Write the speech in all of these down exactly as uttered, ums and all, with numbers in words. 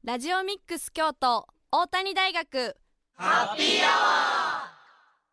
ラジオミックス京都大谷大学ハッピーアワー。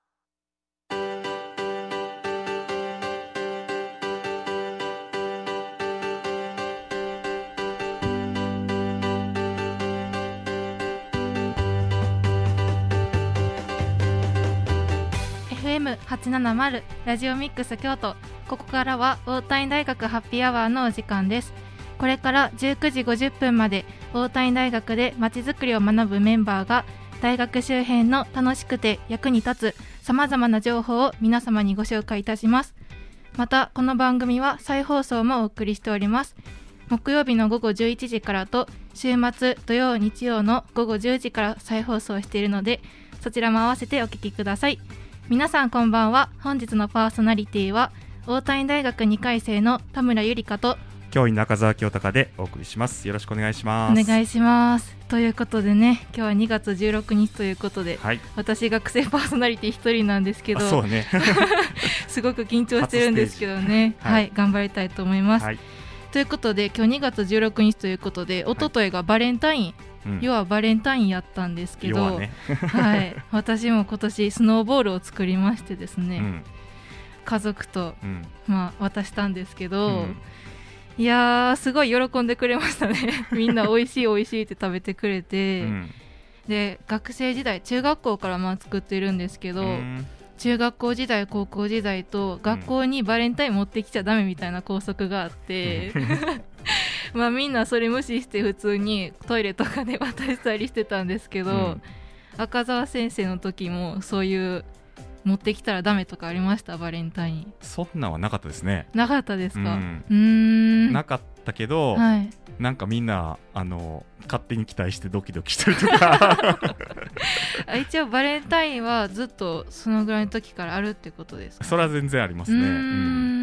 エフエムはちななまる ラジオミックス京都。ここからは大谷大学ハッピーアワーのお時間です。これからじゅうくじごじゅっぷんまで大谷大学でまちづくりを学ぶメンバーが大学周辺の楽しくて役に立つさまざまな情報を皆様にご紹介いたします。またこの番組は再放送もお送りしております。木曜日のごごじゅういちじからと週末土曜日曜のごごじゅうじから再放送しているので、そちらも合わせてお聞きください。皆さんこんばんは。本日のパーソナリティは大谷大学にかい生の田村ゆりかと教員中澤清隆でお送りします。よろしくお願いします。 お願いします。ということでね、今日はにがつじゅうろくにちということで、はい、私学生パーソナリティ一人なんですけど、 そうねすごく緊張してるんですけどね、はい、はい、頑張りたいと思います、はい、ということで今日にがつじゅうろくにちということで、おとといがバレンタイン、はい、要はバレンタインやったんですけど、ねはい、私も今年スノーボールを作りましてですね、うん、家族と、うんまあ、渡したんですけど、うんいやーすごい喜んでくれましたねみんな美味しい美味しいって食べてくれて、うん、で学生時代中学校からまあ作ってるんですけど、うん、中学校時代高校時代と学校にバレンタイン持ってきちゃダメみたいな校則があって、うん、まあみんなそれ無視して普通にトイレとかで渡したりしてたんですけど、うん、赤澤先生の時もそういう持ってきたらダメとかありました？バレンタイン。 そんなんはなかったですね。 なかったですか？うん、 うーんなかったけど、はい、なんかみんなあの勝手に期待してドキドキしたりとか一応バレンタインはずっとそのぐらいの時からあるってことですか？ それは全然ありますね。うん、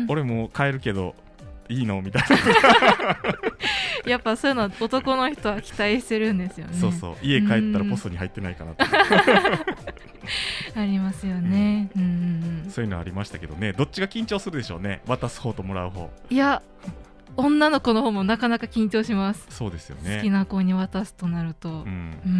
俺も帰るけどいいのみたいなやっぱそういうの男の人は期待してるんですよね。 そうそう、家帰ったらポストに入ってないかなとありますよね、うん、 うんそういうのありましたけどね。どっちが緊張するでしょうね、渡す方ともらう方。 いや女の子の方もなかなか緊張します。 そうですよね。 好きな子に渡すとなると、うんうん、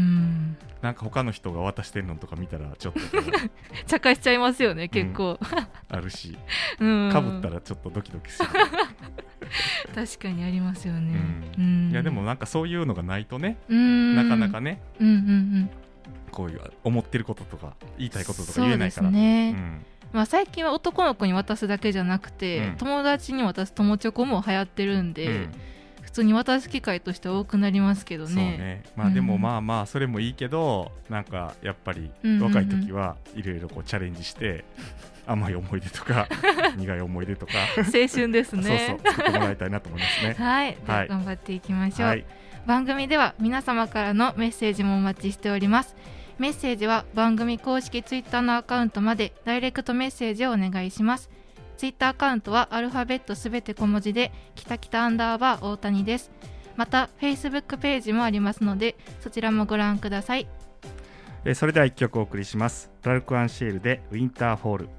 なんか他の人が渡してるのとか見たらちょっと茶化しちゃいますよね結構、うん、 あるしかぶったらちょっとドキドキする確かにありますよね、 うんうん、いやでもなんかそういうのがないとね、なかなかね、うんうんうん、こういう思ってることとか言いたいこととか言えないから。そうですね、うんまあ、最近は男の子に渡すだけじゃなくて、うん、友達に渡す友チョコも流行ってるんで、うん、普通に渡す機会として多くなりますけどね。 そうね、まあ、でもまあまあそれもいいけど、うん、なんかやっぱり若い時はいろいろこうチャレンジして甘い思い出とか苦い思い出とか青春ですね。 そうそう作ってもらいたいなと思いますねはい、はい、頑張っていきましょう、はい、番組では皆様からのメッセージもお待ちしております。メッセージは番組公式ツイッターのアカウントまでダイレクトメッセージをお願いします。ツイッターアカウントはアルファベットすべて小文字できたきたアンダーバー大谷です。また Facebook ページもありますのでそちらもご覧ください。 えそれではいっきょくお送りします。ラルク・アンシエルでウィンターフォール。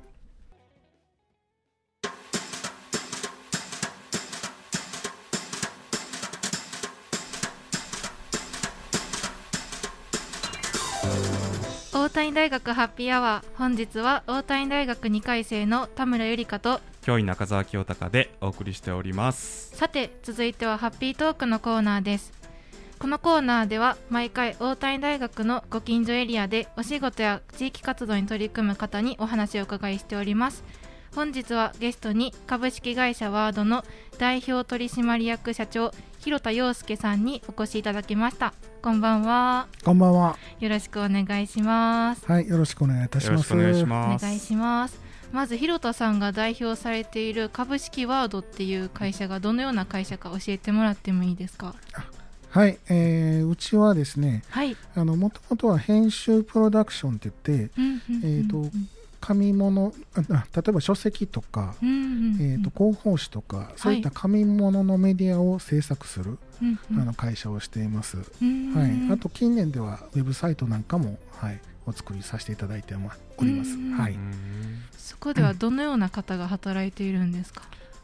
大谷大学ハッピーアワー。本日は大谷大学にかい生の田村ゆりかと教員中澤清隆でお送りしております。 さて続いてはハッピートークのコーナーです。このコーナーでは毎回大谷大学のご近所エリアでお仕事や地域活動に取り組む方にお話をお伺いしております。本日はゲストに株式会社ワードの代表取締役社長広田陽介さんにお越しいただきました。こんばんは。 こんばんは。 よろしくお願いします。 はい、よろしくお願いいたします。 よろしくお願いします。 お願いします。まず広田さんが代表されている株式ワードっていう会社がどのような会社か教えてもらってもいいですか？ はい、えー、うちはですね、 はい、 あのもともとは編集プロダクションって言って、うんうんうんうん、えーと紙物、あ例えば書籍とか、うんうんうんえー、と広報誌とかそういった紙物のメディアを制作する、はい、あの会社をしています、うんうんはい、あと近年ではウェブサイトなんかも、はい、お作りさせていただいております、はい、 そこではどのような方が働いているんですか？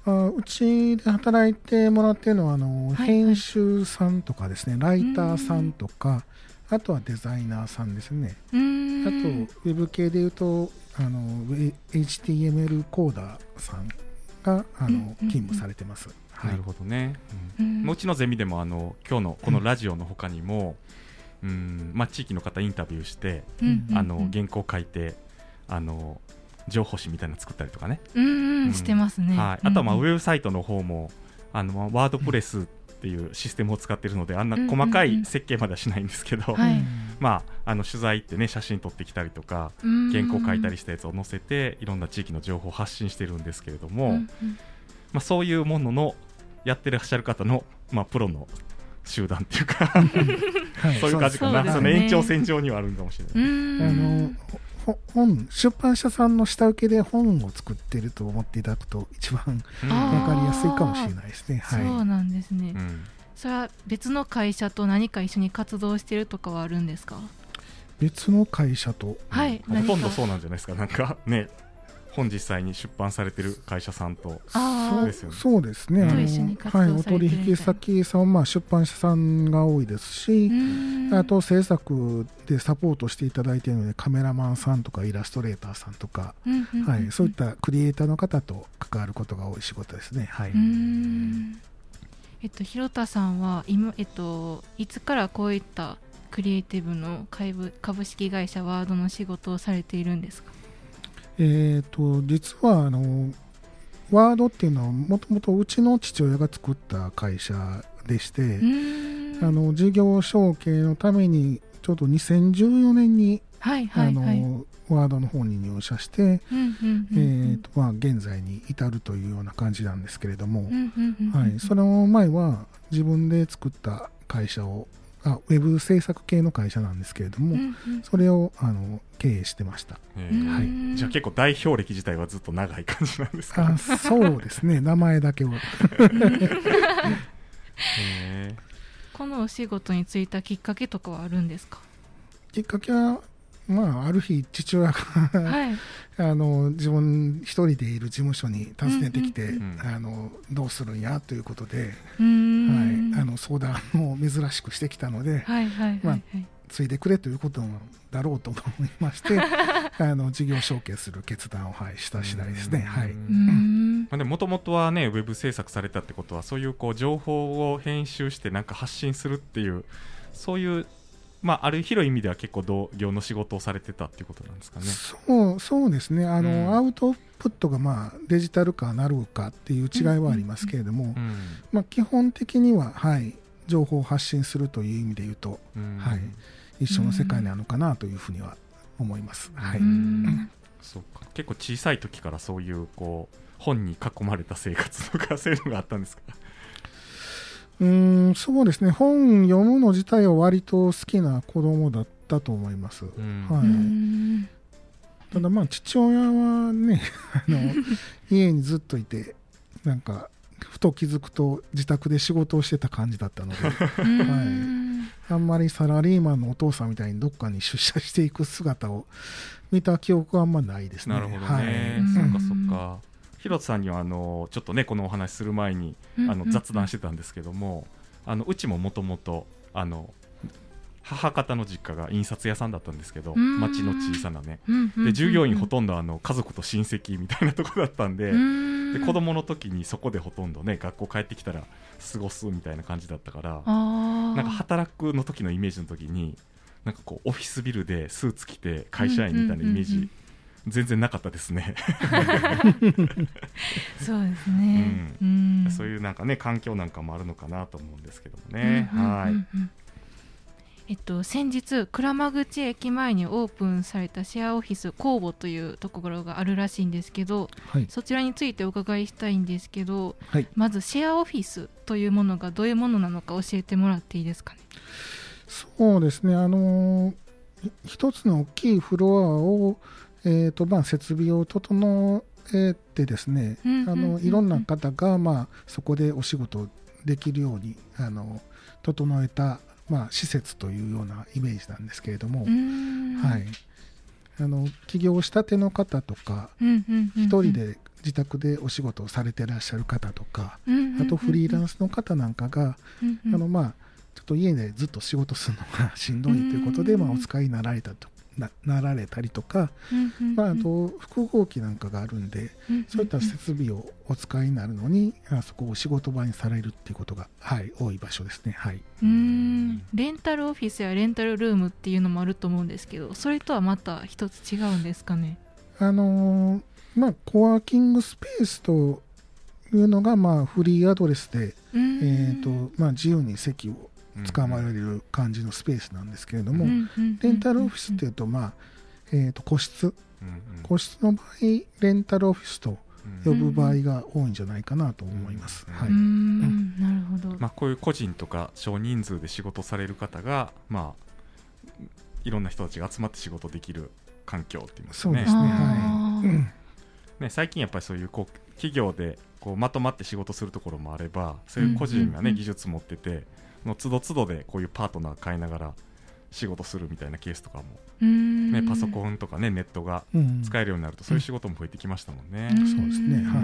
あうちで働いてもらっているのはあの、はいはい、編集さんとかですね、ライターさんとか、あとはデザイナーさんですね。あとウェブ系でいうとあの エイチティーエムエル コーダーさんがあの勤務されてます。はい、 なるほどね。うん、うちのゼミでもあの今日のこのラジオの他にも、うんうんまあ、地域の方インタビューして、うん、あの原稿書いてあの情報誌みたいなの作ったりとかね、 うんうん、してますね。 はい、あとはまあウェブサイトの方もあのワードプレスっていうシステムを使っているのであんな細かい設計まではしないんですけど、うんうんうんまあ、あの取材ってね写真撮ってきたりとか原稿書いたりしたやつを載せていろんな地域の情報を発信してるんですけれども、うんうんまあ、そういうもののやってらっしゃる方の、まあ、プロの集団っていうかそういう感じかな。 そ, その延長線上にはあるんかもしれない。 あの本出版社さんの下請けで本を作っていると思っていただくと一番分かりやすいかもしれないですね。 はい、そうなんですね、うん、それは別の会社と何か一緒に活動しているとかはあるんですか？ 別の会社と、 はい、 ほとんどそうなんじゃないですか。なんかね本実際に出版されてる会社さんとそうですよね。そうですね。あの、はい、お取引先さんはまあ出版社さんが多いですし、あと制作でサポートしていただいているのでカメラマンさんとかイラストレーターさんとか、はい、そういったクリエイターの方と関わることが多い仕事ですね。はい。 うんえっと広田さんは今えっといつからこういったクリエイティブの株式会社ワードの仕事をされているんですか？ えー、と実はあのワードっていうのはもともとうちの父親が作った会社でして、あの事業承継のためにちょうどにせんじゅうよねんに、はいはいはい、あのワードの方に入社して、現在に至るというような感じなんですけれども、はい、その前は自分で作った会社をあウェブ制作系の会社なんですけれども、うんうん、それをあの経営してました。 はい、じゃあ結構代表歴自体はずっと長い感じなんですか？ あそうですね名前だけはへこのお仕事に就いたきっかけとかはあるんですか？ きっかけはまあ、ある日父親が、はい、あの自分一人でいる事務所に訪ねてきて、うんうん、あのどうするんやということで、はい、あの相談を珍しくしてきたので、はいはいはいはい、まあ、継いでくれということだろうと思いましてあの事業承継する決断を、はい、した次第ですね。 もともとはねウェブ制作されたってことはそういう、こう情報を編集してなんか発信するっていうそういうまあ、ある広い意味では結構同業の仕事をされてたっていうことなんですかね。 そう、そうですね。あの、うん、アウトプットがまあデジタル化なるかっていう違いはありますけれども、うんうん、まあ、基本的には、はい、情報を発信するという意味で言うと、うん、はい、一緒の世界なのかなというふうには思います。はい、 そうか。結構小さい時からそういうこう本に囲まれた生活とかそういうのがあったんですか？ うーんそうですね、本読むの自体は割と好きな子供だったと思います。うん、はい、ただまあ父親はねあの家にずっといてなんかふと気づくと自宅で仕事をしてた感じだったので、はい、あんまりサラリーマンのお父さんみたいにどっかに出社していく姿を見た記憶はあんまないですね。 なるほどね、はい、そっかそっか。広田さんにはあのちょっとねこのお話する前にあの雑談してたんですけども、あのうちももともとあの母方の実家が印刷屋さんだったんですけど、町の小さなねで従業員ほとんどあの家族と親戚みたいなところだったんで、で子供の時にそこでほとんどね学校帰ってきたら過ごすみたいな感じだったから、なんか働くの時のイメージの時になんかこうオフィスビルでスーツ着て会社員みたいなイメージ全然なかったですねそうですね、 うんうん、そういうなんかね環境なんかもあるのかなと思うんですけどもね、うんうんうんうん、はい。 えっと、先日鞍馬口駅前にオープンされたシェアオフィス公募というところがあるらしいんですけど、はい、そちらについてお伺いしたいんですけど、はい、まずシェアオフィスというものがどういうものなのか教えてもらっていいですかね。 そうですね、あの一つの大きいフロアをえーとまあ、設備を整えてですね、あのいろんな方が、まあ、そこでお仕事できるようにあの整えた、まあ、施設というようなイメージなんですけれども、はい、あの起業したての方とか一人で自宅でお仕事をされてらっしゃる方とか、 うんうんうんうん、 あとフリーランスの方なんかが、うんうん、あのまあちょっと家でずっと仕事するのがしんどいということで、うんうん、まあ、お使いになられたと な, なられたりとか、うんうんうん、まあ、あと複合機なんかがあるんで、うんうんうん、そういった設備をお使いになるのにあそこを仕事場にされるっていうことが、はい、多い場所ですね。はい、 うーんレンタルオフィスやレンタルルームっていうのもあると思うんですけど、それとはまた一つ違うんですかね。 あのーまあ、コワーキングスペースというのが、まあ、フリーアドレスで、えーとまあ、自由に席を捕まえられる感じのスペースなんですけれども、レンタルオフィスっていうと、まあえー、と個室、個室の場合レンタルオフィスと呼ぶ場合が多いんじゃないかなと思います。はい、 うんなるほど。 まあ、こういう個人とか少人数で仕事される方が、まあ、いろんな人たちが集まって仕事できる環境って言いますね。 そうですね、はい、うんね、最近やっぱりそういうこう企業でこうまとまって仕事するところもあれば、そういう個人が、ね、うんうんうん、技術持ってての都度都度でこういうパートナー変えながら仕事するみたいなケースとかも、ね、パソコンとか、ね、ネットが使えるようになると、そういう仕事も増えてきましたもんね。 うん、そうですね、はい、うん、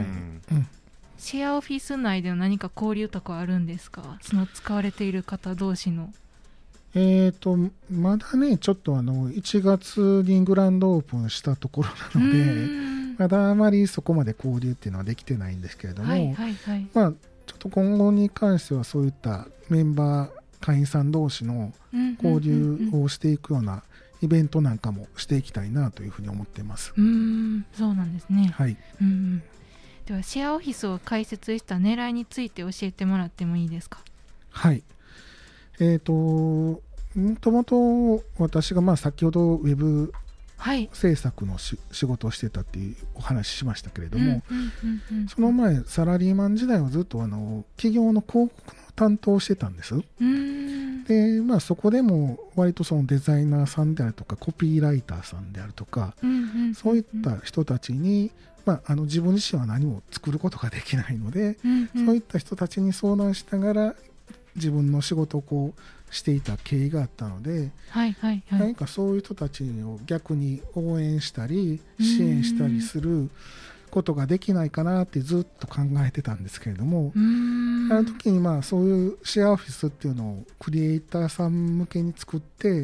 シェアオフィス内での何か交流とかあるんですか、その使われている方同士の。 えーとまだねちょっとあのいちがつにグランドオープンしたところなので、まだあまりそこまで交流っていうのはできてないんですけれども、はいはいはい、まあ、ちょっと今後に関してはそういったメンバー会員さん同士の交流をしていくようなイベントなんかもしていきたいなというふうに思っています。 うーんそうなんですね、 はい、 うん、ではシェアオフィスを開設した狙いについて教えてもらってもいいですか。 はい、えーともともと私がまあ先ほどウェブ制作のし、はい、仕事をしてたっていうお話ししましたけれども、その前サラリーマン時代はずっとあの企業の広告の担当をしてたんです。で、まあ、そこでも割とそのデザイナーさんであるとかコピーライターさんであるとか、そういった人たちに、まあ、あの自分自身は何も作ることができないので、うんうん、そういった人たちに相談しながら自分の仕事をこうしていた経緯があったので、 はいはいはい、 何かそういう人たちを逆に応援したり支援したりすることができないかなってずっと考えてたんですけれども、あの時にまあそういうシェアオフィスっていうのをクリエイターさん向けに作って、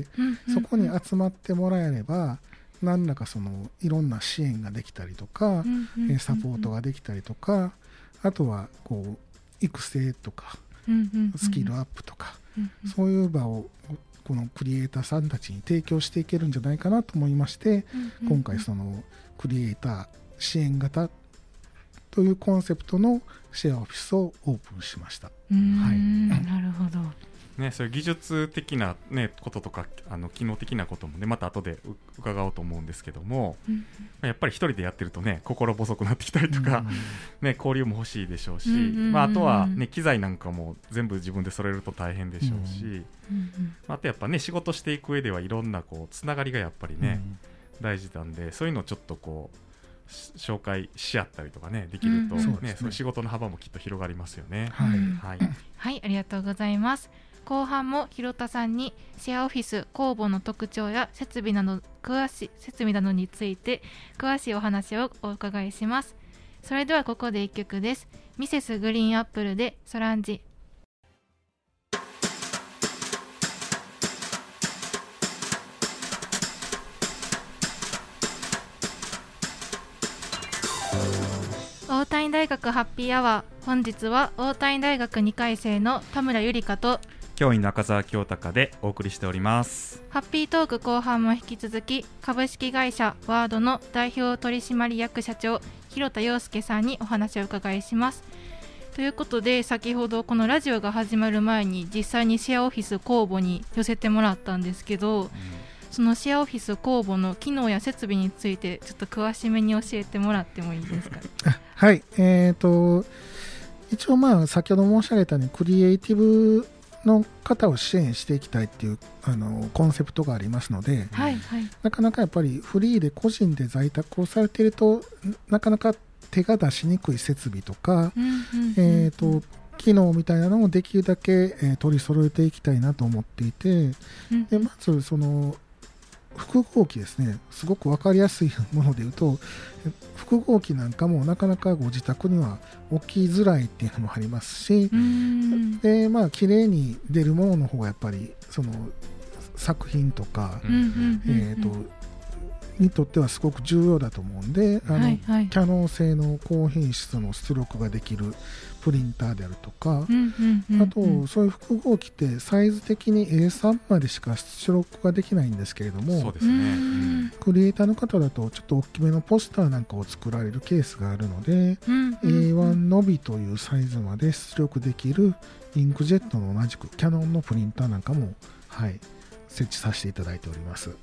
そこに集まってもらえれば何らかそのいろんな支援ができたりとか、サポートができたりとか、あとはこう育成とかスキルアップとか、そういう場をこのクリエイターさんたちに提供していけるんじゃないかなと思いまして、今回そのクリエイター支援型というコンセプトのシェアオフィスをオープンしました。 うーん、はい、なるほど、 ね、そういう技術的な、ね、こととかあの機能的なこともねまた後で伺おうと思うんですけども、うん、やっぱり一人でやってるとね心細くなってきたりとか、うんね、交流も欲しいでしょうし、うんうんうんまあ、あとは、ね、機材なんかも全部自分で揃えると大変でしょうし、うんうんまあ、あとやっぱね仕事していく上ではいろんなこうつながりがやっぱりね、うん、大事なんで、そういうのをちょっとこう紹介し合ったりとかねできると、うんうんね、そういう仕事の幅もきっと広がりますよね。 はい、はいはい、ありがとうございます。後半も広田さんにシェアオフィス公募の特徴や設備など詳しい設備などについて詳しいお話をお伺いします。それではここでいっきょくです。ミセスグリーンアップルでソランジ。大谷大学ハッピーアワー、本日は大谷大学にかい生の田村ゆりかと教員中澤京隆でお送りしております。 ハッピートーク後半も引き続き株式会社ワードの代表取締役社長広田陽介さんにお話を伺いします。ということで先ほどこのラジオが始まる前に実際にシェアオフィス公募に寄せてもらったんですけど、うん、そのシェアオフィス公募の機能や設備についてちょっと詳しめに教えてもらってもいいですか。 はい、えーと一応まあ先ほど申し上げたようにクリエイティブの方を支援していきたいっていうあのコンセプトがありますので、はいはい、なかなかやっぱりフリーで個人で在宅をされているとなかなか手が出しにくい設備とか、うんうんうんうん、えーと機能みたいなのをできるだけ、えー、取り揃えていきたいなと思っていて、うん、でまずその複合機ですね、すごく分かりやすいものでいうと、複合機なんかもなかなかご自宅には置きづらいっていうのもありますし、でまあ綺麗に出るものの方がやっぱりその作品とか、えーとにとってはすごく重要だと思うんで、あの、はいはい、キャノン製の高品質の出力ができるプリンターであるとか、うんうんうんうん、あとそういう複合機ってサイズ的に エースリー までしか出力ができないんですけれども、 そうですね、うん、 クリエイターの方だとちょっと大きめのポスターなんかを作られるケースがあるので、うんうんうん、エーワン のびというサイズまで出力できるインクジェットの同じくキャノンのプリンターなんかも、はい、設置させていただいております。はい、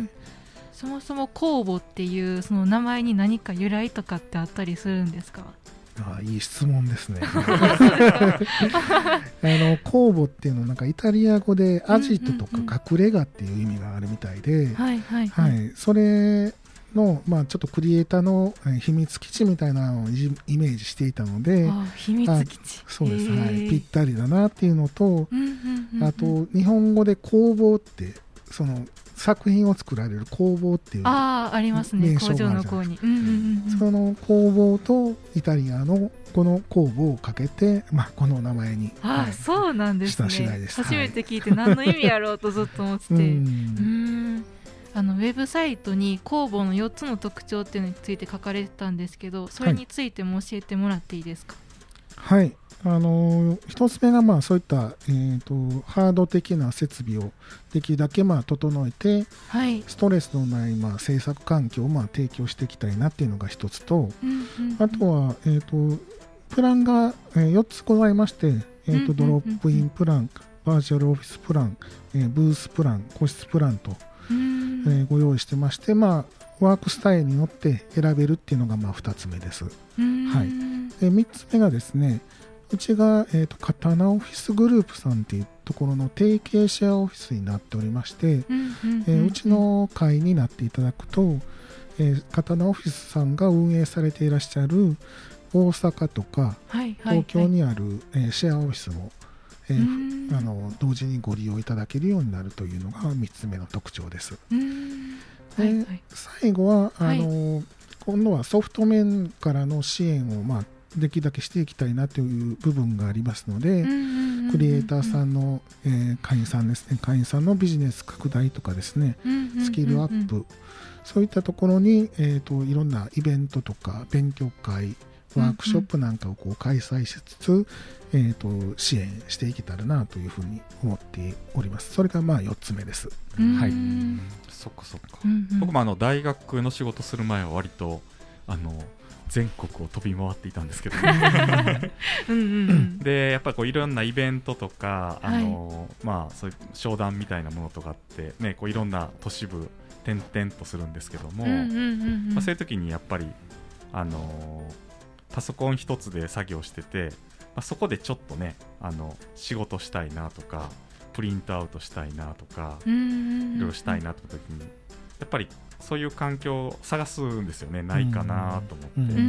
そもそも公募っていうその名前に何か由来とかってあったりするんですか？ ああ、いい質問ですね。あの公募っていうのはなんかイタリア語でアジトとか隠れ家っていう意味があるみたいで、それの、まあ、ちょっとクリエイターの秘密基地みたいなのをイメージしていたので、 あ、秘密基地、 そうです、はい、ぴったりだなっていうのと、あと日本語で工房ってその作品を作られる工房っていうあありますね、工場の工に、うんうんうん、 その工房とイタリアのこの工房をかけて、まあ、この名前に、 あ、はい、そうなんですね、 した次第です。 初めて聞いて何の意味やろうとずっと思ってて、うんうんあのウェブサイトに工房のよっつの特徴っていうのについて書かれてたんですけど、それについても教えてもらっていいですか？ はい、あのー、一つ目がまあそういった、えーと、ハード的な設備をできるだけまあ整えて、はい、ストレスのないまあ制作環境をまあ提供していきたいなっていうのが一つと、うんうんうん、あとは、えーと、プランがよっつございまして、えーと、ドロップインプラン、バーチャルオフィスプラン、えー、ブースプラン、個室プランと、えー、ご用意してまして、まあ、ワークスタイルによって選べるっていうのがまあふたつめです。はい、でみっつめがですね、うちが、えーと、カタナオフィスグループさんっていうところの提携シェアオフィスになっておりまして、うちの会になっていただくと、えー、カタナオフィスさんが運営されていらっしゃる大阪とか、はいはいはい、東京にある、えー、シェアオフィスも、えー、あの同時にご利用いただけるようになるというのがみっつめの特徴です。で、はいはい、最後はあの、はい、今度はソフト面からの支援を、まあ、できるだけしていきたいなという部分がありますので、クリエイターさんの、えー、会員さんですね、会員さんのビジネス拡大とかですね、スキルアップ、そういったところに、えーと、いろんなイベントとか勉強会、ワークショップなんかをこう開催しつつ、えーと、支援していけたらなというふうに思っております。それがまあよっつめです。はい。 そっかそっか、うんうん、僕もあの大学の仕事する前は割とあの全国を飛び回っていたんですけど、ね、うんうん、うん、でやっぱりこういろんなイベントとかあの、はい、まあ、そういう商談みたいなものとかって、ね、こういろんな都市部転々とするんですけども、うんうんうんうん、まあ、そういう時にやっぱりあのパソコン一つで作業してて、まあ、そこでちょっとねあの仕事したいなとかプリントアウトしたいなとかいろいろしたいなという時にやっぱりそういう環境を探すんですよね。ないかなと思って、うんうん、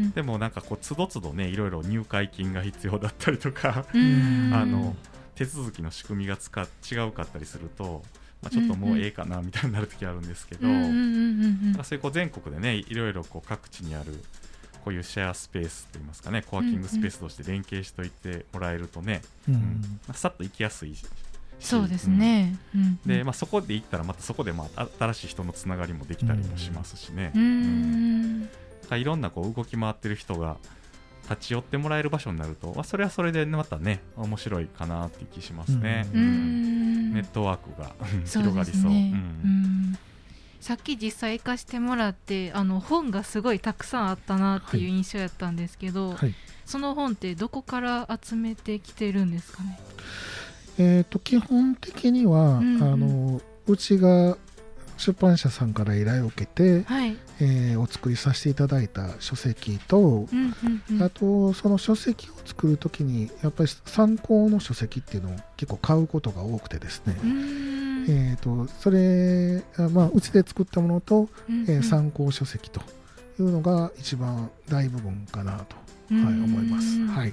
でもなんかこうつどつどねいろいろ入会金が必要だったりとかあの手続きの仕組みが使違うかったりすると、まあ、ちょっともうええかなみたいになる時あるんですけど、そういうこう全国でねいろいろこう各地にあるこういうシェアスペースといいますかね、コワーキングスペースとして連携しておいてもらえるとね、うんうん、まあ、さっと行きやすいし、 そうですね、うんうん、 でまあ、そこで行ったらまたそこでまあ新しい人のつながりもできたりもしますしね、うんうん、だからいろんなこう動き回ってる人が立ち寄ってもらえる場所になると、まあ、それはそれでまたね面白いかなっていう気しますね、うんうん、ネットワークが広がりそう、そう、ね、うんうん、 さっき実際行かしてもらってあの本がすごいたくさんあったなっていう印象やったんですけど、はいはい、その本ってどこから集めてきてるんですかね？ えー、と基本的には、うんうん、あのうちが出版社さんから依頼を受けて、はい、えー、お作りさせていただいた書籍と、うんうんうん、あとその書籍を作るときにやっぱり参考の書籍っていうのを結構買うことが多くてですね、うん、えー、とそれ、まあ、うちで作ったものと、うんうん、えー、参考書籍というのが一番大部分かなと、はい、思います。はい、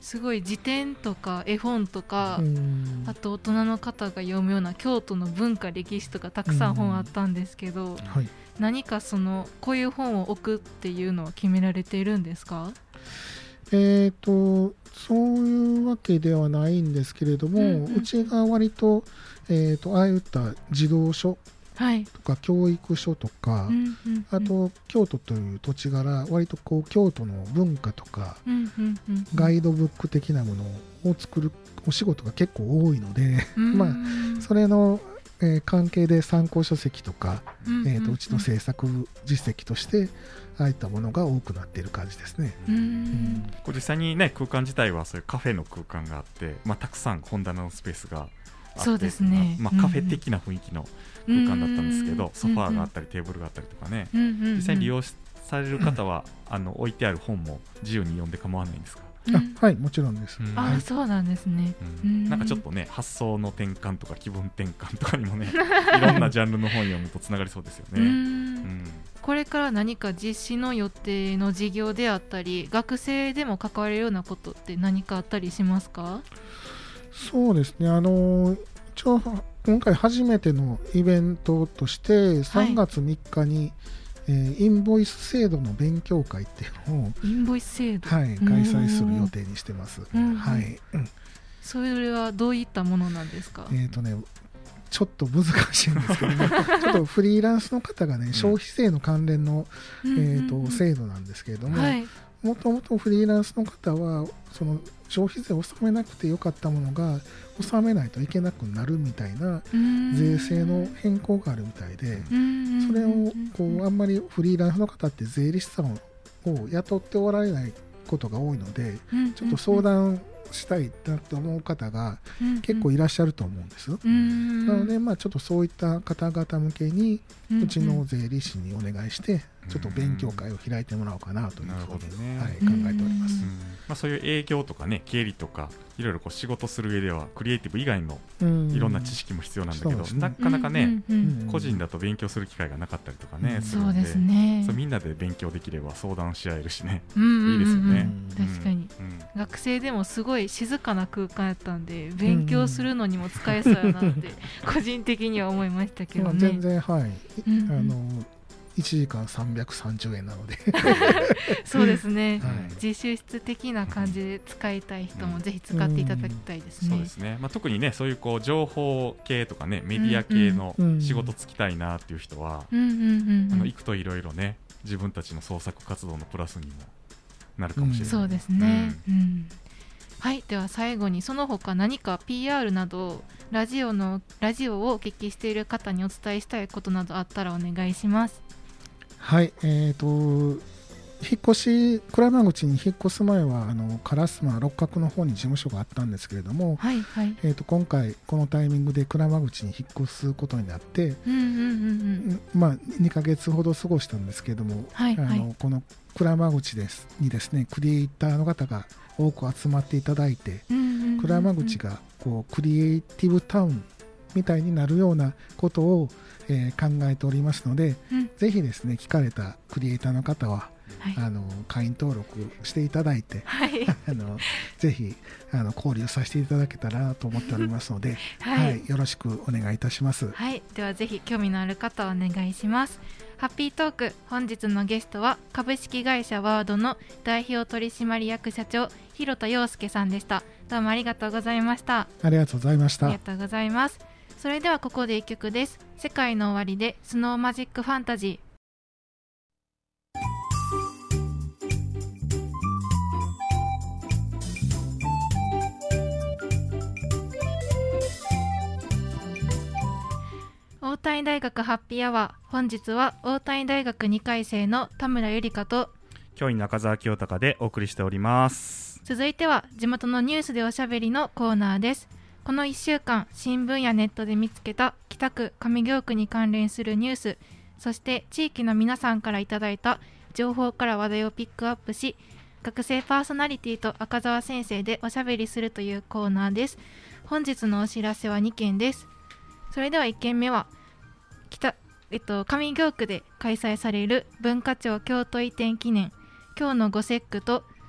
すごい辞典とか絵本とか、あと大人の方が読むような京都の文化歴史とかたくさん本あったんですけど、はい、何かそのこういう本を置くっていうのは決められているんですか？ えーとそういうわけではないんですけれども、うんうん、うちが割と、えーとああいった児童書とか教育書とか、はいうんうんうん、あと京都という土地柄割とこう京都の文化とか、うんうんうん、ガイドブック的なものを作るお仕事が結構多いので、まあ、それの、えー、関係で参考書籍とか、うんうんうんえーとうちの制作実績としてああいったものが多くなっている感じですね。うんうん、 これ実際に、ね、空間自体はそういうカフェの空間があって、まあ、たくさん本棚のスペースがあって、 そうですね、 まあ、カフェ的な雰囲気の空間だったんですけど、うんうん、ソファーがあったりテーブルがあったりとかね、うんうんうん、実際に利用される方は、うん、あの置いてある本も自由に読んで構わないんですか？ うん、あはいもちろんです、 うん、あそうなんですね、 うん、なんかちょっとね発想の転換とか気分転換とかにもねいろんなジャンルの本読むとつながりそうですよね。うん、うん、 これから何か実施の予定の事業であったり学生でも関われるようなことって何かあったりしますか？ そうですね、あの一応今回初めてのイベントとしてさんがつみっかに、はいえー、インボイス制度の勉強会っていうのをインボイス制度、 はい、開催する予定にしてます、はいうん、 それはどういったものなんですか？ えーとね、ちょっと難しいんですけどもちょっとフリーランスの方がね消費税の関連の、えーと制度なんですけれども、はい、もともとフリーランスの方はその消費税を納めなくてよかったものが納めないといけなくなるみたいな税制の変更があるみたいで、それをこうあんまりフリーランスの方って税理士さんを雇っておられないことが多いので、ちょっと相談したいなと思う方が結構いらっしゃると思うんです。なので、まあ、ちょっとそういった方々向けにうちの税理士にお願いしてちょっと勉強会を開いてもらおうかなというふうに、ねはい、考えております。 まあ、そういう営業とかね経理とかいろいろこう仕事する上ではクリエイティブ以外のいろんな知識も必要なんだけど、なかなかね、うんうんうん、個人だと勉強する機会がなかったりとかね、うん、するので、そうですね、そうみんなで勉強できれば相談し合えるしね、うんうんうん、いいですよね。 確かに、うん、学生でもすごい静かな空間やったんで勉強するのにも使えそうやなって個人的には思いましたけどね。 全然はい、うんうん、あのいちじかんさんびゃくさんじゅうえんなのでそうですね、はい、自習室的な感じで使いたい人もぜひ使っていただきたいですね。 そうですね、まあ、特にねそういうこう情報系とかねメディア系の仕事つきたいなっていう人は行くといろいろね自分たちの創作活動のプラスにもなるかもしれない、うん、 そうですね、うんうん、はい。では最後にその他何か ピーアール などラジオのラジオをお聞きしている方にお伝えしたいことなどあったらお願いします。 はい、えーと引っ越し鞍馬口に引っ越す前はあの烏丸六角の方に事務所があったんですけれども、はいはいえー、と今回このタイミングで鞍馬口に引っ越すことになって、うんうんうんうんまあ、にかげつほど過ごしたんですけれども、はいはい、あのこの鞍馬口ですにですねクリエイターの方が多く集まっていただいて、うんうんうんうん、鞍馬口がこうクリエイティブタウンみたいになるようなことを、えー、考えておりますので、うん、ぜひですね聞かれたクリエイターの方は、はい、あの会員登録していただいて、はい、あのぜひあの交流させていただけたらなと思っておりますので、はいはい、よろしくお願いいたします。 はい、ではぜひ興味のある方お願いします。ハッピートーク本日のゲストは株式会社ワードの代表取締役社長広田陽介さんでした。どうもありがとうございました。 ありがとうございました。 ありがとうございます。それではここでいっきょくです。世界の終わりでスノーマジックファンタジー。大谷大学ハッピーアワー、本日は大谷大学にかい生の田村ゆりかと教員中澤清隆でお送りしております。 続いては地元のニュースでおしゃべりのコーナーです。このいっしゅうかん新聞やネットで見つけた北区上京区に関連するニュース、そして地域の皆さんからいただいた情報から話題をピックアップし、学生パーソナリティと赤澤先生でおしゃべりするというコーナーです。本日のお知らせはにけんです。それではいっけんめは北、えっと、上京区で開催される文化庁京都移転記念今日のご節句と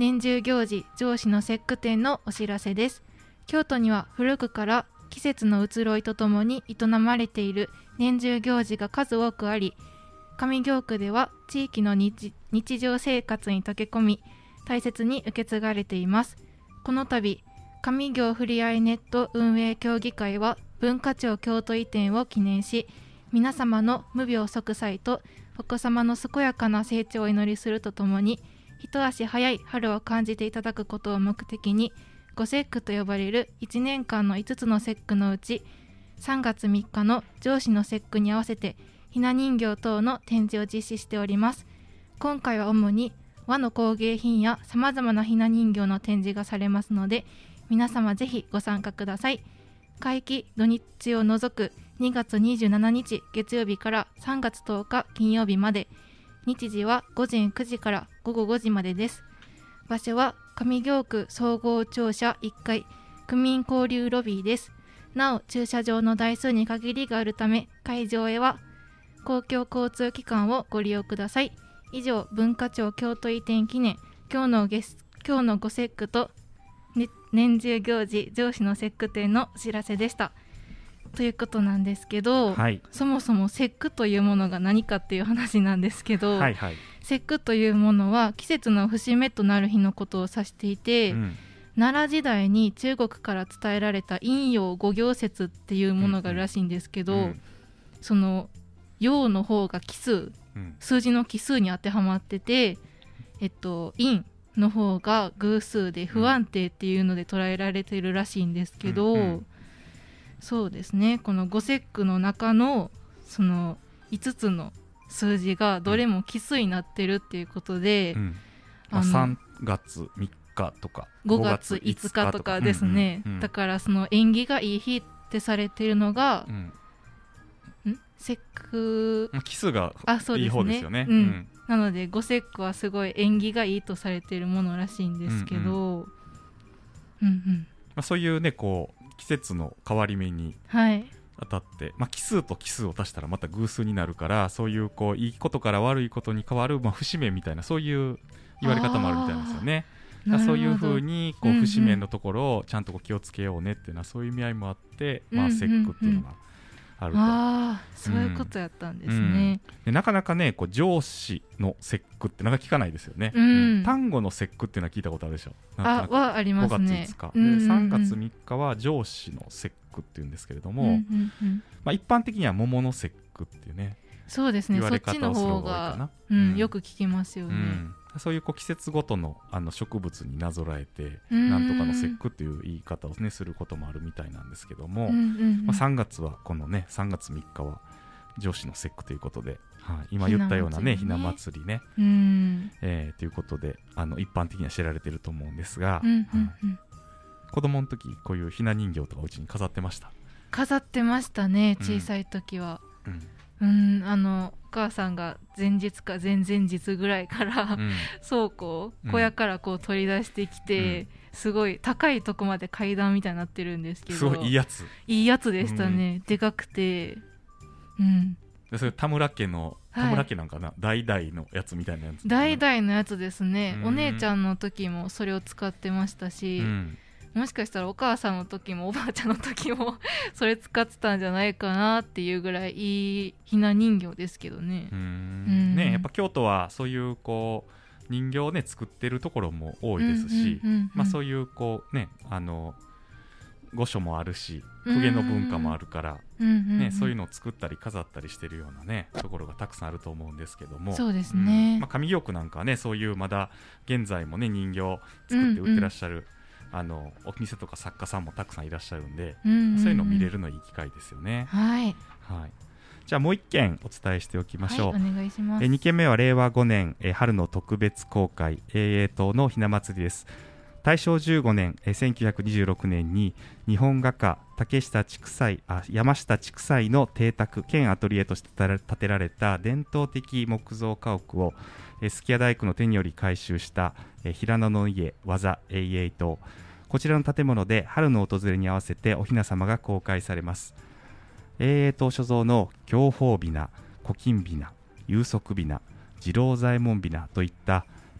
年中行事上司の節句展のお知らせです。京都には古くから季節の移ろいとともに営まれている年中行事が数多くあり、上京区では地域の 日, 日常生活に溶け込み大切に受け継がれています。この度上京ふれあいネット運営協議会は文化庁京都移転を記念し、皆様の無病息災とお子様の健やかな成長をお祈りするとともに、一足早い春を感じていただくことを目的にご節句と呼ばれるいちねんかんのいつつの節句のうち、さんがつみっかの上司の節句に合わせてひな人形等の展示を実施しております。今回は主に和の工芸品やさまざまなひな人形の展示がされますので、皆様ぜひご参加ください。会期土日を除くにがつにじゅうしちにち月曜日からさんがつとおか金曜日まで、日時はごぜんくじからごごごじまでです。場所は上京区総合庁舎いっかい区民交流ロビーです。なお駐車場の台数に限りがあるため、会場へは公共交通機関をご利用ください。以上、文化庁京都移転記念今日のゲス今日のご節句と、ね、年中行事上司の節句展のお知らせでしたということなんですけど、はい、そもそも節句というものが何かっていう話なんですけど、はいはい、節句というものは季節の節目となる日のことを指していて、うん、奈良時代に中国から伝えられた陰陽五行説っていうものがあるらしいんですけど、うんうん、その陽の方が奇数、うん、数字の奇数に当てはまってて、えっと、陰の方が偶数で不安定っていうので捉えられているらしいんですけど、うんうん、そうですね、このご節句の中のそのいつつの数字がどれも奇数になってるっていうことで、うんあのさんがつみっかとかごがついつかとかですね、うんうんうん、だからその縁起がいい日ってされてるのが、うん、ん節句奇数がいい方ですよね、 うんうん、なのでご節句はすごい縁起がいいとされているものらしいんですけど、うんうんうんうんまあ、そういうねこう季節の変わり目に当たって、はいまあ、奇数と奇数を足したらまた偶数になるから、そういうこういいことから悪いことに変わる、まあ、節目みたいな、そういう言われ方もあるみたいなんですよね。そういうふうにこう節目のところをちゃんとこう気をつけようねっていうのは、そういう意味合いもあって、まあ、節句っていうのがあると、うんうんうん、 あそういうことやったんですね、うん、 でなかなかねこう上司の節句ってなんか聞かないですよね、うん、単語の節句っていうのは聞いたことあるでしょ。 なんかあはありますね。 ごがついつか、うんうんうん、でさんがつみっかは上司の節句っていうんですけれども、うんうんうんまあ、一般的には桃の節句っていうね、 そうですね、そっちの方が、うん、よく聞きますよね、うんそういうこう季節ごと の, あの植物になぞらえてなんとかの節句っていう言い方を、ね、することもあるみたいなんですけども、うんうんうんまあ、さんがつはこのねさんがつみっかは上司の節句ということで、はい、今言ったようなねひな祭りね、うんえー、ということであの一般的には知られていると思うんですが、うんうんうんはい、子供の時こういうひな人形とかうちに飾ってました？ 飾ってましたね、小さい時は、うんうんうん、あのお母さんが前日か前々日ぐらいから、うん、倉庫小屋からこう取り出してきて、うん、すごい高いとこまで階段みたいになってるんですけど、 すごいいいやついいやつでしたね、うん、でかくて、うん、 でそれ田村家の田村家なんかな、はい、代々のやつみたいなやつ代々のやつですね、うん、お姉ちゃんの時もそれを使ってましたし、うんもしかしたらお母さんの時もおばあちゃんの時もそれ使ってたんじゃないかなっていうぐらいいいひな人形ですけどね。 うーんうんねやっぱ京都はそういうこう人形をね作ってるところも多いですし、うんうんうんうんまあ、そういうこうねあの御所もあるし公家の文化もあるから、うんうんうんね、そういうのを作ったり飾ったりしてるようなねところがたくさんあると思うんですけども、 そうですね、 うんまあ、上京区なんかはねそういうまだ現在もね人形作って売ってらっしゃる、うんうんあのお店とか作家さんもたくさんいらっしゃるんで、うんうんうん、そういうのを見れるのいい機会ですよね。 はい、 はい、じゃあもう一件お伝えしておきましょう。 はい、お願いします。 えにけんめはれいわごねんえ春の特別公開永永島のひな祭りです。大正じゅうごねんえせんきゅうひゃくにじゅうろくねんに日本画家竹下竹斎あ山下竹斎の邸宅兼アトリエとして建てられた伝統的木造家屋をえ数寄屋大工の手により改修したえ平野の家技永永島、こちらの建物で春の訪れに合わせてお雛様が公開されます。永永島所蔵の享保雛、古今雛、有職雛、次郎左衛門雛といった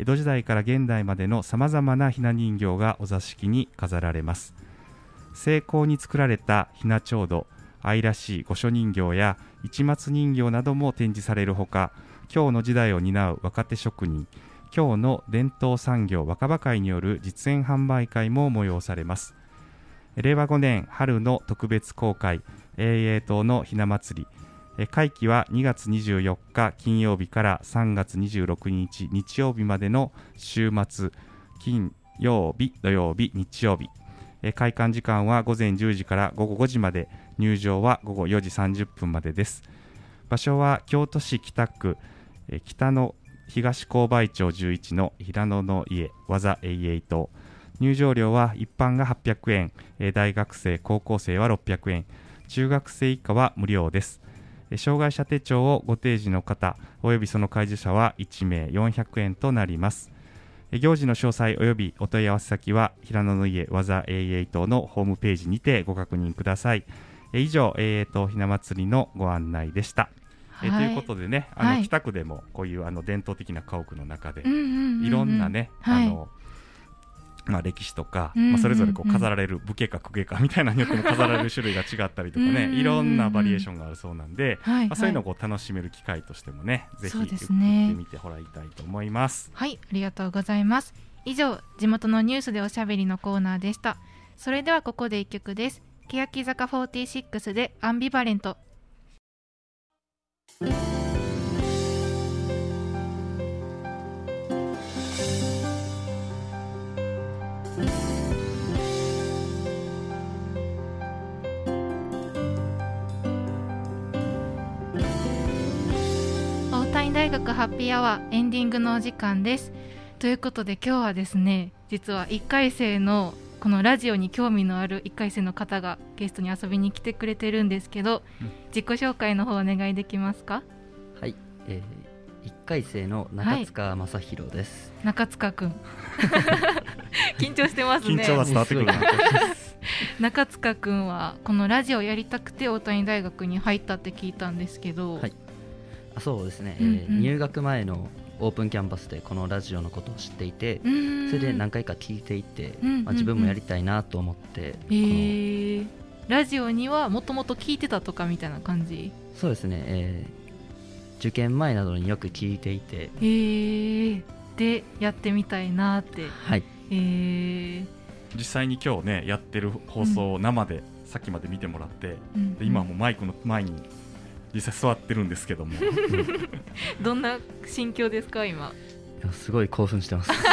江戸時代から現代までのさまざまなひな人形がお座敷に飾られます。精巧に作られたひなちょうど、愛らしい御所人形や市松人形なども展示されるほか、今日の時代を担う若手職人、今日の伝統産業若葉会による実演販売会も催されます。れいわごねん春の特別公開、永永島のひな祭り、会期はにがつにじゅうよっか金曜日からさんがつにじゅうろくにち日曜日までの週末、金曜日、土曜日、日曜日。開館時間はごぜんじゅうじからごごごじまで、入場はごごよじさんじゅっぷんまでです。場所は京都市北区北の東勾配町じゅういちの平野の家技永永島。入場料は一般がはっぴゃくえん、大学生高校生はろっぴゃくえん、中学生以下は無料です。障害者手帳をご提示の方およびその介助者はいちめいよんひゃくえんとなります。行事の詳細およびお問い合わせ先は平野の家技永永島のホームページにてご確認ください。以上、永永島ひな祭りのご案内でした。はい、えということでね、あの、はい、北区でもこういうあの伝統的な家屋の中で、うんうんうんうん、いろんなね、はい、あのまあ、歴史とか、うんうんうん、まあ、それぞれこう飾られる武家か公家かみたいなのによっても飾られる種類が違ったりとかねいろんなバリエーションがあるそうなんで、はいはい、まあ、そういうのをこう楽しめる機会としてもね、ぜひ行ってみてもらいたいと思います。 はい、ありがとうございます。以上、地元のニュースでおしゃべりのコーナーでした。それではここでいっきょくです。欅坂フォーティーシックスでアンビバレント。大学ハッピーアワーエンディングのお時間です。ということで今日はですね、実はいっかい生のこのラジオに興味のあるいっかい生の方がゲストに遊びに来てくれてるんですけど、うん、自己紹介の方お願いできますか？ はい、えー、いっかい生の中塚正弘です、 はい、中塚くん緊張してますね。 緊張は伝わってくるな中塚くんはこのラジオやりたくて大谷大学に入ったって聞いたんですけど、 はい、あそうですね、うんうん、えー、入学前のオープンキャンパスでこのラジオのことを知っていて、それで何回か聞いていて、うんうんうん、まあ、自分もやりたいなと思って、 えー、ラジオにはもともと聞いてたとかみたいな感じ？ そうですね、えー、受験前などによく聞いていて、 えー、でやってみたいなって、 はい、 えー、 実際に今日ねやってる放送を生でさっきまで見てもらって、うん、で今もマイクの前に実際座ってるんですけどもどんな心境ですか今？ いやすごい興奮してます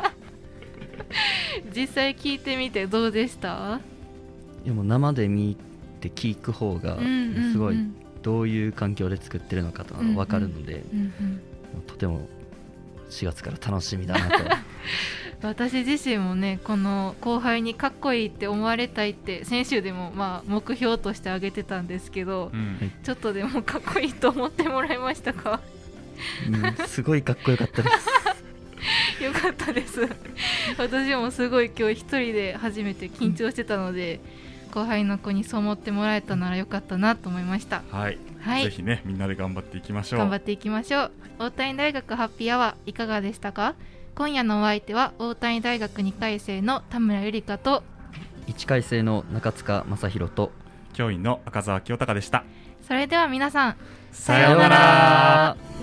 実際聞いてみてどうでした？ いやもう生で見て聞く方がすごいどういう環境で作ってるのかとか分かるので、うんうんうん、とてもしがつから楽しみだなと私自身もねこの後輩にかっこいいって思われたいって先週でもまあ目標として挙げてたんですけど、うん、ちょっとでもかっこいいと思ってもらえましたか？ うん、すごいかっこよかったですよかったです私もすごい今日一人で初めて緊張してたので、うん、後輩の子にそう思ってもらえたならよかったなと思いました。 はい、はい、ぜひねみんなで頑張っていきましょう。 頑張っていきましょう。大谷大学ハッピーアワーいかがでしたか？今夜のお相手は大谷大学にかい生の田村ゆりかといっかい生の中塚正弘と教員の赤澤清隆でした。 それでは皆さんさようなら。